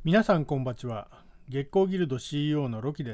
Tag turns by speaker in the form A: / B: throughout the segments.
A: 皆さんこんばんちは。月光ギルド CEO のロキです。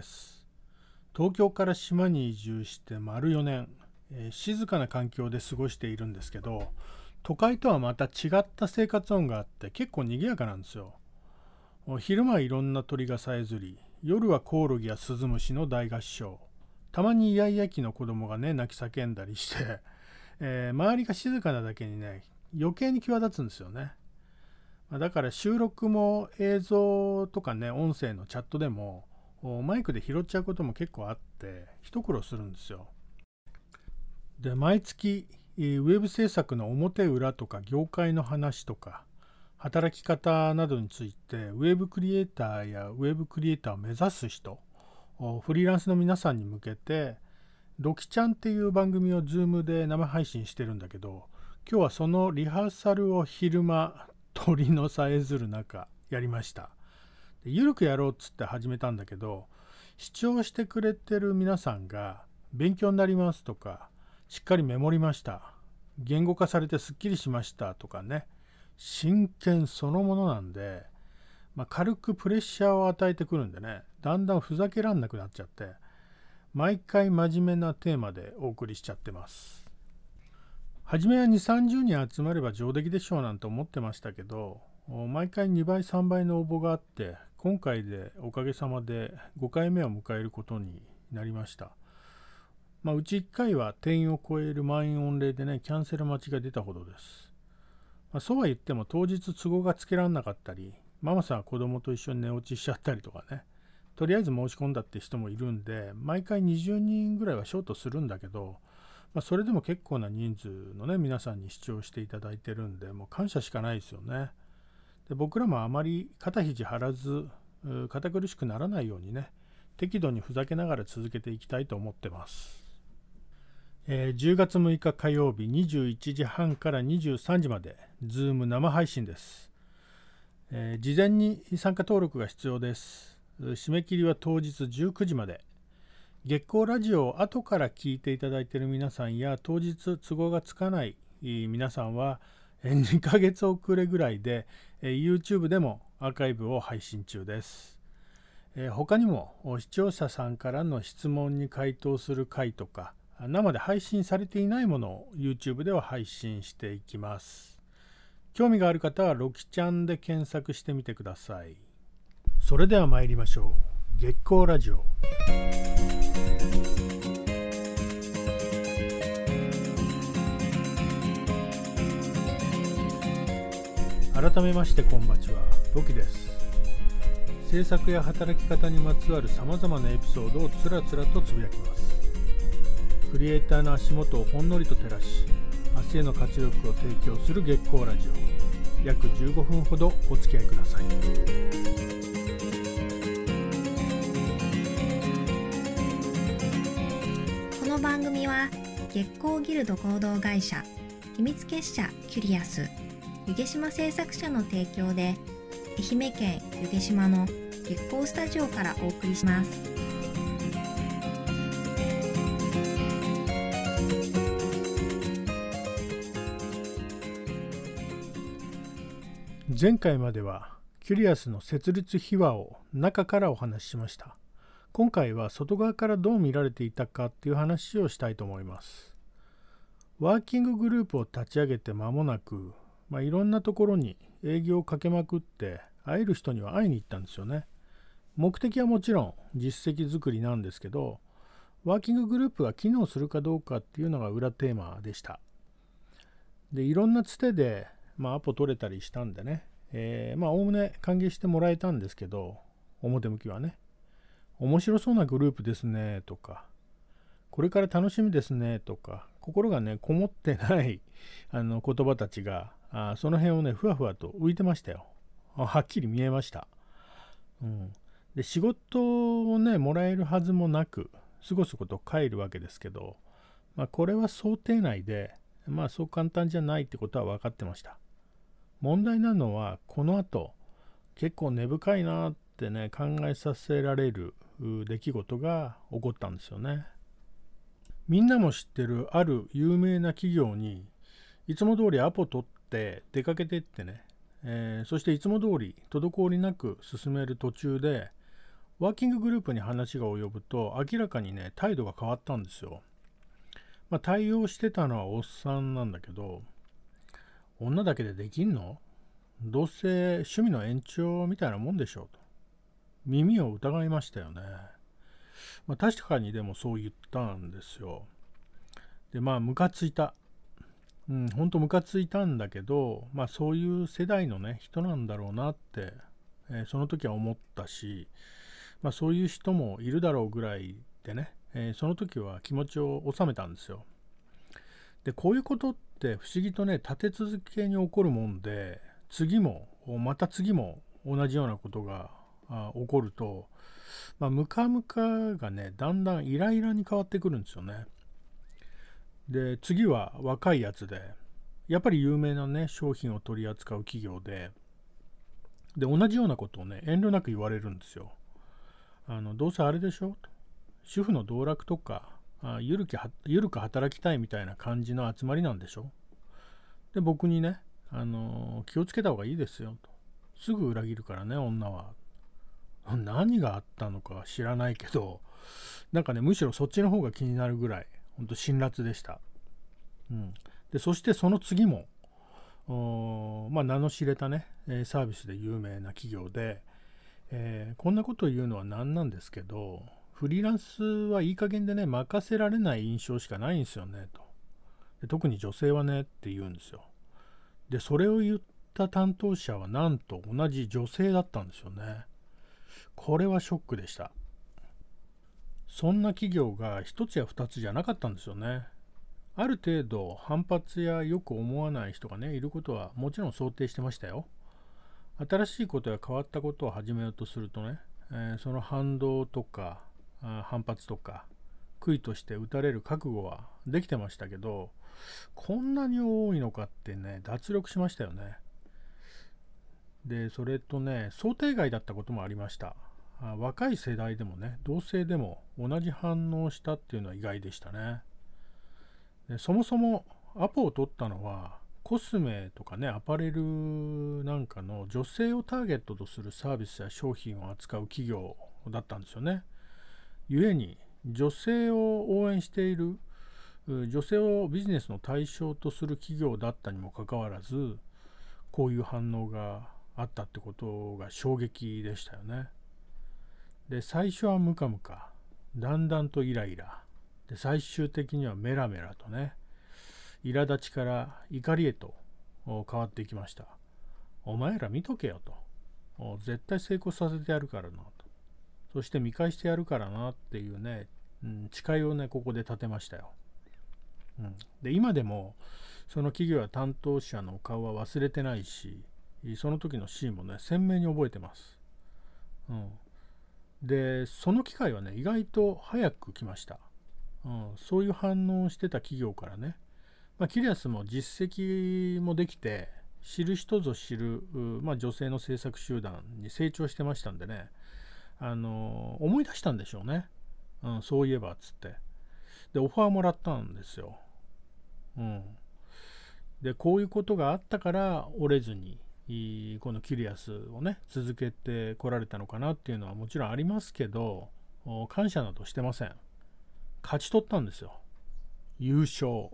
A: 東京から島に移住して丸4年、静かな環境で過ごしているんですけど、都会とはまた違った生活音があって結構賑やかなんですよ。昼間はいろんな鳥がさえずり、夜はコオロギやスズムシの大合唱、たまにイヤイヤ期の子供がね泣き叫んだりして、周りが静かなだけにね余計に際立つんですよね。だから収録も映像とかね音声のチャットでもマイクで拾っちゃうことも結構あって一苦労するんですよ。で毎月ウェブ制作の表裏とか業界の話とか働き方などについてウェブクリエイターやウェブクリエイターを目指す人、フリーランスの皆さんに向けてロキちゃんっていう番組を Zoom で生配信してるんだけど、今日はそのリハーサルを昼間鳥のさえずる中やりました。でゆるくやろうっつって始めたんだけど、視聴してくれてる皆さんが勉強になりますとか、しっかりメモりました、言語化されてすっきりしましたとかね、真剣そのものなんで、軽くプレッシャーを与えてくるんでね、だんだんふざけらんなくなっちゃって、毎回真面目なテーマでお送りしちゃってます。初めは2、30人集まれば上出来でしょうなんて思ってましたけど、毎回2倍3倍の応募があって、今回でおかげさまで5回目を迎えることになりました。うち1回は定員を超える満員御礼でねキャンセル待ちが出たほどです。そうは言っても当日都合がつけられなかったり、ママさんは子供と一緒に寝落ちしちゃったりとかね、とりあえず申し込んだって人もいるんで、毎回20人ぐらいはショートするんだけど、それでも結構な人数のね皆さんに視聴していただいてるんで、もう感謝しかないですよね。で僕らもあまり肩肘張らず堅苦しくならないようにね、適度にふざけながら続けていきたいと思ってます。10月6日火曜日21時半から23時まで Zoom 生配信です。事前に参加登録が必要です。締め切りは当日19時まで。月光ラジオを後から聞いていただいている皆さんや当日都合がつかない皆さんは2ヶ月遅れぐらいで YouTube でもアーカイブを配信中です。他にも視聴者さんからの質問に回答する回とか、生で配信されていないものを YouTube では配信していきます。興味がある方はロキちゃんで検索してみてください。それでは参りましょう。月光ラジオ。改めましてこんばんちは、ロキです。制作や働き方にまつわるさまざまなエピソードをつらつらとつぶやきます。クリエイターの足元をほんのりと照らし、明日への活力を提供する月光ラジオ。約15分ほどお付き合いください。
B: この番組は月光ギルド合同会社、秘密結社キュリアス、湯気島製作者の提供で、愛媛県湯気島の月光スタジオからお送りします。
A: 前回まではキュリアスの設立秘話を中からお話ししました。今回は外側からどう見られていたかっていう話をしたいと思います。ワーキンググループを立ち上げて間もなく、いろんなところに営業をかけまくって会える人には会いに行ったんですよね。目的はもちろん実績作りなんですけど、ワーキンググループが機能するかどうかっていうのが裏テーマでした。でいろんなつてでアポ取れたりしたんでね、おおむね歓迎してもらえたんですけど、表向きはね、面白そうなグループですねとか、これから楽しみですねとか、心がねこもってない言葉たちがその辺をねふわふわと浮いてましたよ。はっきり見えました。で仕事をねもらえるはずもなくすごすごと帰るわけですけど、これは想定内で、そう簡単じゃないってことは分かってました。問題なのはこの後結構根深いなってね考えさせられる出来事が起こったんですよね。みんなも知ってるある有名な企業にいつも通りアポ取って出かけてってね、 そしていつも通り滞りなく進める途中でワーキンググループに話が及ぶと明らかにね態度が変わったんですよ。対応してたのはおっさんなんだけど、女だけでできんの？どうせ趣味の延長みたいなもんでしょうと耳を疑いましたよね。確かにでもそう言ったんですよ。でムカついた。ほんとムカついたんだけど、そういう世代のね人なんだろうなって、その時は思ったし、そういう人もいるだろうぐらいでね、その時は気持ちを収めたんですよ。でこういうことって不思議とね立て続けに起こるもんで、次もまた次も同じようなことが起こると、ムカムカがねだんだんイライラに変わってくるんですよね。で次は若いやつで、やっぱり有名なね商品を取り扱う企業で、同じようなことをね遠慮なく言われるんですよ。どうせあれでしょと、主婦の道楽とかゆるく働きたいみたいな感じの集まりなんでしょ。で僕にね、気をつけた方がいいですよと、すぐ裏切るからね女は。何があったのかは知らないけど、なんかねむしろそっちの方が気になるぐらい本当辛辣でした。でそしてその次も名の知れたねサービスで有名な企業で、こんなことを言うのはなんなんですけど、フリーランスはいい加減でね任せられない印象しかないんですよねと。で特に女性はねって言うんですよ。でそれを言った担当者はなんと同じ女性だったんですよね。これはショックでした。そんな企業が一つや二つじゃなかったんですよね。ある程度反発やよく思わない人がねいることはもちろん想定してましたよ。新しいことや変わったことを始めようとするとね、その反動とか反発とか杭として打たれる覚悟はできてましたけど、こんなに多いのかってね脱力しましたよね。でそれとね想定外だったこともありました。若い世代でもね同性でも同じ反応をしたっていうのは意外でしたね。でそもそもアポを取ったのはコスメとかねアパレルなんかの女性をターゲットとするサービスや商品を扱う企業だったんですよね。故に女性を応援している、女性をビジネスの対象とする企業だったにもかかわらず、こういう反応があったってことが衝撃でしたよね。で最初はムカムカ、だんだんとイライラで、最終的にはメラメラとね、苛立ちから怒りへと変わっていきました。お前ら見とけよと、絶対成功させてやるからなと、そして見返してやるからなっていうね、誓いをねここで立てましたよ。で今でもその企業や担当者の顔は忘れてないし、その時のシーンもね鮮明に覚えてます。でその機会はね意外と早く来ました。そういう反応をしてた企業からね、キリアスも実績もできて知る人ぞ知る、女性の制作集団に成長してましたんでね、思い出したんでしょうね。そういえばっつって、でオファーもらったんですよ。でこういうことがあったから折れずにこのキュリアスをね続けてこられたのかなっていうのはもちろんありますけど、感謝などしてません。勝ち取ったんですよ、優勝。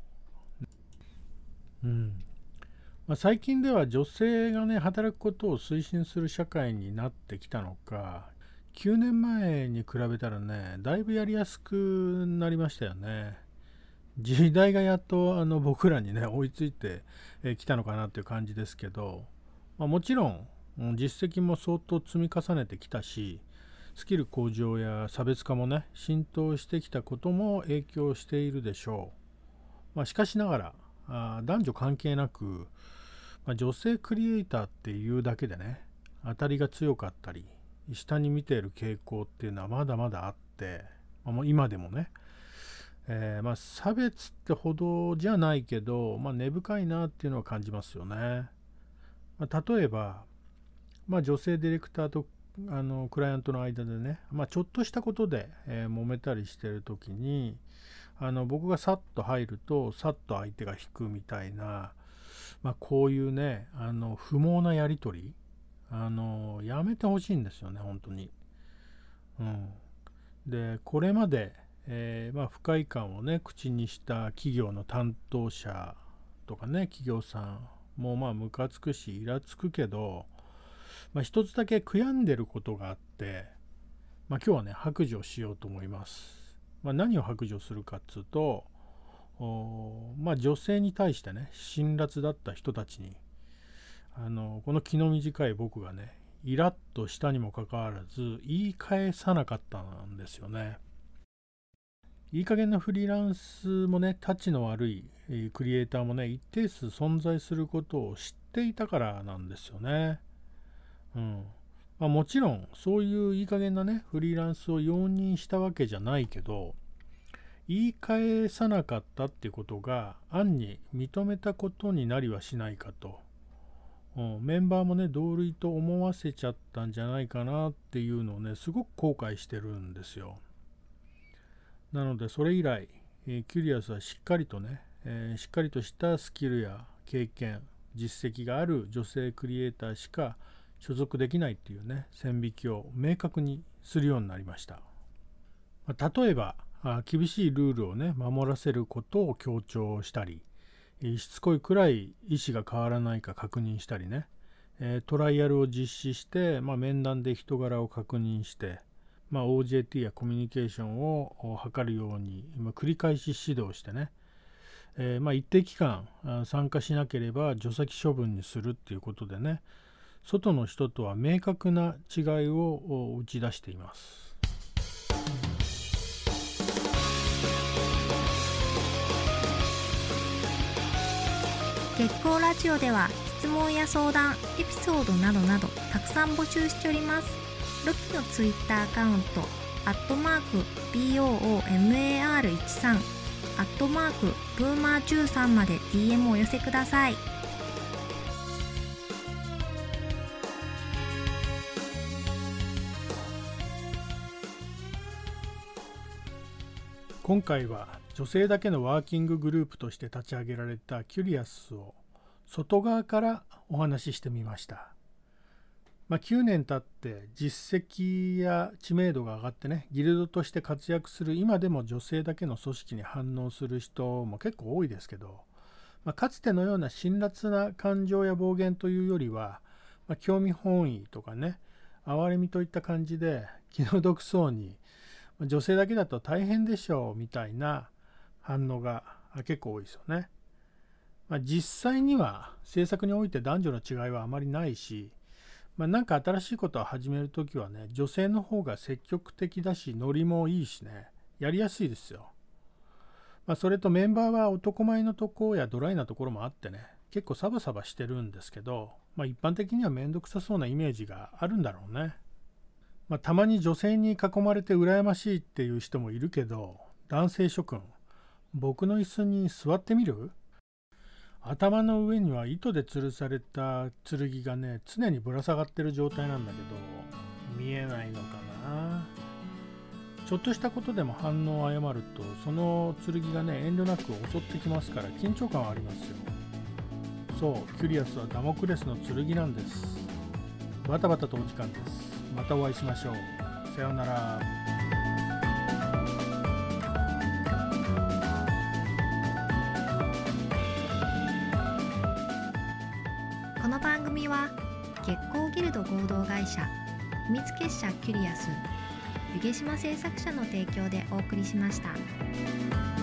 A: 最近では女性がね働くことを推進する社会になってきたのか、9年前に比べたらねだいぶやりやすくなりましたよね。時代がやっと僕らにね追いついてきたのかなっていう感じですけど、もちろん実績も相当積み重ねてきたし、スキル向上や差別化もね浸透してきたことも影響しているでしょう。しかしながら男女関係なく、女性クリエイターっていうだけでね当たりが強かったり下に見ている傾向っていうのはまだまだあって、今でもね、差別ってほどじゃないけど、根深いなっていうのは感じますよね。例えば、女性ディレクターとクライアントの間でね、ちょっとしたことで、揉めたりしてる時に僕がさっと入るとさっと相手が引くみたいな、 こういうね不毛なやり取りやめてほしいんですよね本当に。でこれまで、不快感をね口にした企業の担当者とかね企業さんもムカつくしイラつくけど、一つだけ悔やんでることがあって、今日はね白状しようと思います。何を白状するかっつうと、女性に対してね辛辣だった人たちにこの気の短い僕がねイラッとしたにもかかわらず言い返さなかったんですよね。いい加減なフリーランスもねたちの悪いクリエイターもね一定数存在することを知っていたからなんですよね。もちろんそういういい加減なねフリーランスを容認したわけじゃないけど、言い返さなかったっていうことが暗に認めたことになりはしないかと、メンバーもね同類と思わせちゃったんじゃないかなっていうのをねすごく後悔してるんですよ。なのでそれ以来、キュリアスはしっかりとしたスキルや経験実績がある女性クリエイターしか所属できないっていうね線引きを明確にするようになりました。例えば厳しいルールをね守らせることを強調したり、しつこいくらい意思が変わらないか確認したりね、トライアルを実施して、面談で人柄を確認して、OJT やコミュニケーションを図るように繰り返し指導してね、一定期間参加しなければ除籍処分にするっていうことでね、外の人とは明確な違いを打ち出しています。
B: 月光ラジオでは質問や相談、エピソードなどなどたくさん募集しております。ロキのツイッターアカウント@BOOMAR13 @BOOMER13 まで DM をお寄せください。
A: 今回は女性だけのワーキンググループとして立ち上げられたキュリアスを外側からお話ししてみました。9年経って実績や知名度が上がってねギルドとして活躍する今でも女性だけの組織に反応する人も結構多いですけど、かつてのような辛辣な感情や暴言というよりは、興味本位とかね哀れみといった感じで気の毒そうに女性だけだと大変でしょうみたいな反応が結構多いですよね。実際には政策において男女の違いはあまりないし、なんか新しいことを始めるときはね女性の方が積極的だしノリもいいしねやりやすいですよ。それとメンバーは男前のところやドライなところもあってね結構サバサバしてるんですけど、一般的にはめんどくさそうなイメージがあるんだろうね。たまに女性に囲まれて羨ましいっていう人もいるけど、男性諸君僕の椅子に座ってみる？頭の上には糸で吊るされた剣がね常にぶら下がってる状態なんだけど見えないのかな。ちょっとしたことでも反応を誤るとその剣がね遠慮なく襲ってきますから緊張感はありますよ。そう、キュリアスはダモクレスの剣なんです。バタバタとお時間です。またお会いしましょう。さようなら。
B: この番組は月光ギルド合同会社秘密結社キュリアス湯毛島製作者の提供でお送りしました。